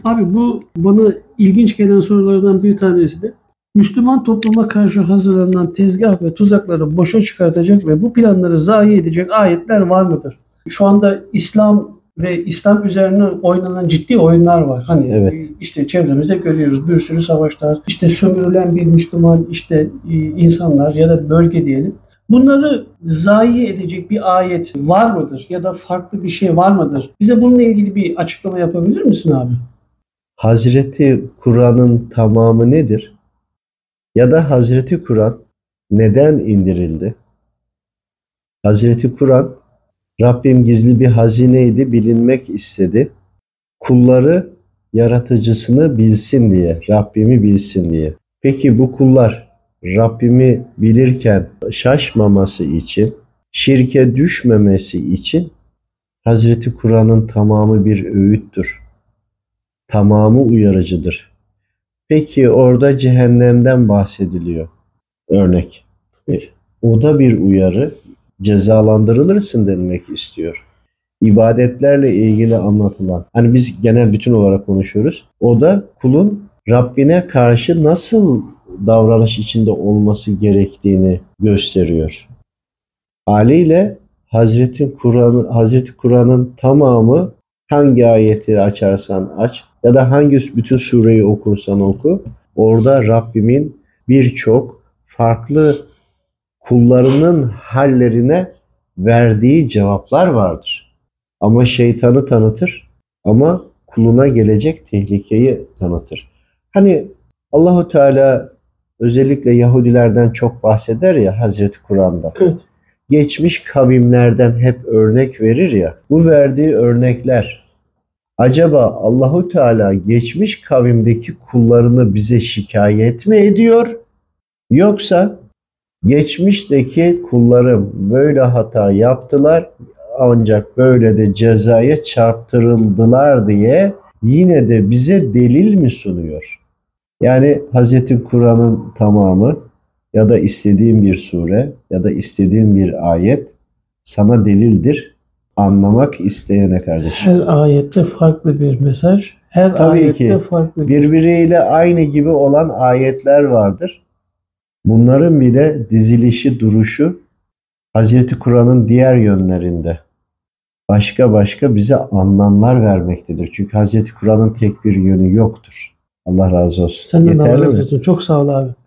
Abi bu bana ilginç gelen sorulardan bir tanesi de Müslüman topluma karşı hazırlanan tezgah ve tuzakları boşa çıkartacak ve bu planları zayi edecek ayetler var mıdır? Şu anda İslam ve İslam üzerine oynanan ciddi oyunlar var. Hani Evet. işte çevremizde görüyoruz bir sürü savaşlar, işte sömürülen bir Müslüman işte insanlar ya da bölge diyelim. Bunları zayi edecek bir ayet var mıdır? Ya da farklı bir şey var mıdır? Bize bununla ilgili bir açıklama yapabilir misin abi? Hazreti Kur'an'ın tamamı nedir? Ya da Hazreti Kur'an neden indirildi? Hazreti Kur'an, Rabbim gizli bir hazineydi, bilinmek istedi. Kulları yaratıcısını bilsin diye, Rabbimi bilsin diye. Peki bu kullar Rabbimi bilirken şaşmaması için, şirke düşmemesi için Hazreti Kur'an'ın tamamı bir öğüttür. Tamamı uyarıcıdır. Peki orada cehennemden bahsediliyor. Örnek. O da bir uyarı. Cezalandırılırsın denmek istiyor. İbadetlerle ilgili anlatılan. Hani biz genel bütün olarak konuşuyoruz. O da kulun Rabbine karşı nasıl davranış içinde olması gerektiğini gösteriyor. Haliyle Hazreti Kur'an'ın tamamı hangi ayeti açarsan aç ya da hangi bütün sureyi okursan oku, orada Rabbimin birçok farklı kullarının hallerine verdiği cevaplar vardır. Ama şeytanı tanıtır ama kuluna gelecek tehlikeyi tanıtır. Hani Allahu Teala özellikle Yahudilerden çok bahseder ya Hazreti Kur'an'da. Evet. Geçmiş kavimlerden hep örnek verir ya. Bu verdiği örnekler acaba Allahu Teala geçmiş kavimdeki kullarını bize şikayet mi ediyor? Yoksa geçmişteki kullarım böyle hata yaptılar ancak böyle de cezaya çarptırıldılar diye yine de bize delil mi sunuyor? Yani Hazreti Kur'an'ın tamamı ya da istediğin bir sure ya da istediğin bir ayet sana delildir. Anlamak isteyene kardeşim. Her ayette farklı bir mesaj, her Tabii ayette ki farklı bir... birbiriyle aynı gibi olan ayetler vardır. Bunların bile dizilişi, duruşu Hazreti Kur'an'ın diğer yönlerinde başka başka bize anlamlar vermektedir. Çünkü Hazreti Kur'an'ın tek bir yönü yoktur. Allah razı olsun. Senden de Allah Yeterli razı mi? olsun. Çok sağ ol abi.